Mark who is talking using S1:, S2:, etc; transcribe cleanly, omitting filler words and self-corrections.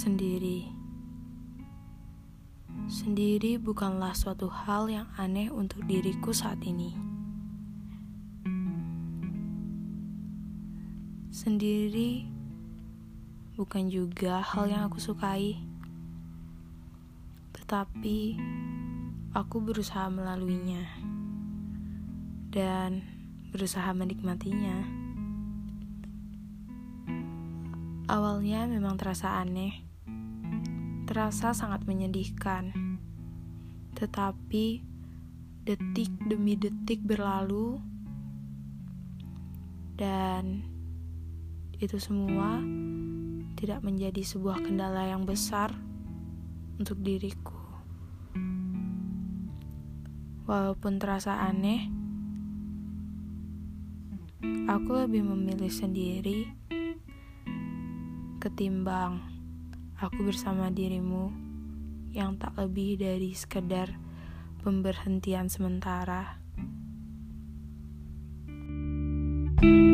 S1: Sendiri. Sendiri bukanlah suatu hal yang aneh untuk diriku saat ini. Sendiri bukan juga hal yang aku sukai. Tetapi aku berusaha melaluinya dan berusaha menikmatinya. Awalnya memang terasa aneh, terasa sangat menyedihkan. Tetapi detik demi detik berlalu dan itu semua tidak menjadi sebuah kendala yang besar untuk diriku. Walaupun terasa aneh, aku lebih memilih sendiri ketimbang aku bersama dirimu yang tak lebih dari sekedar pemberhentian sementara.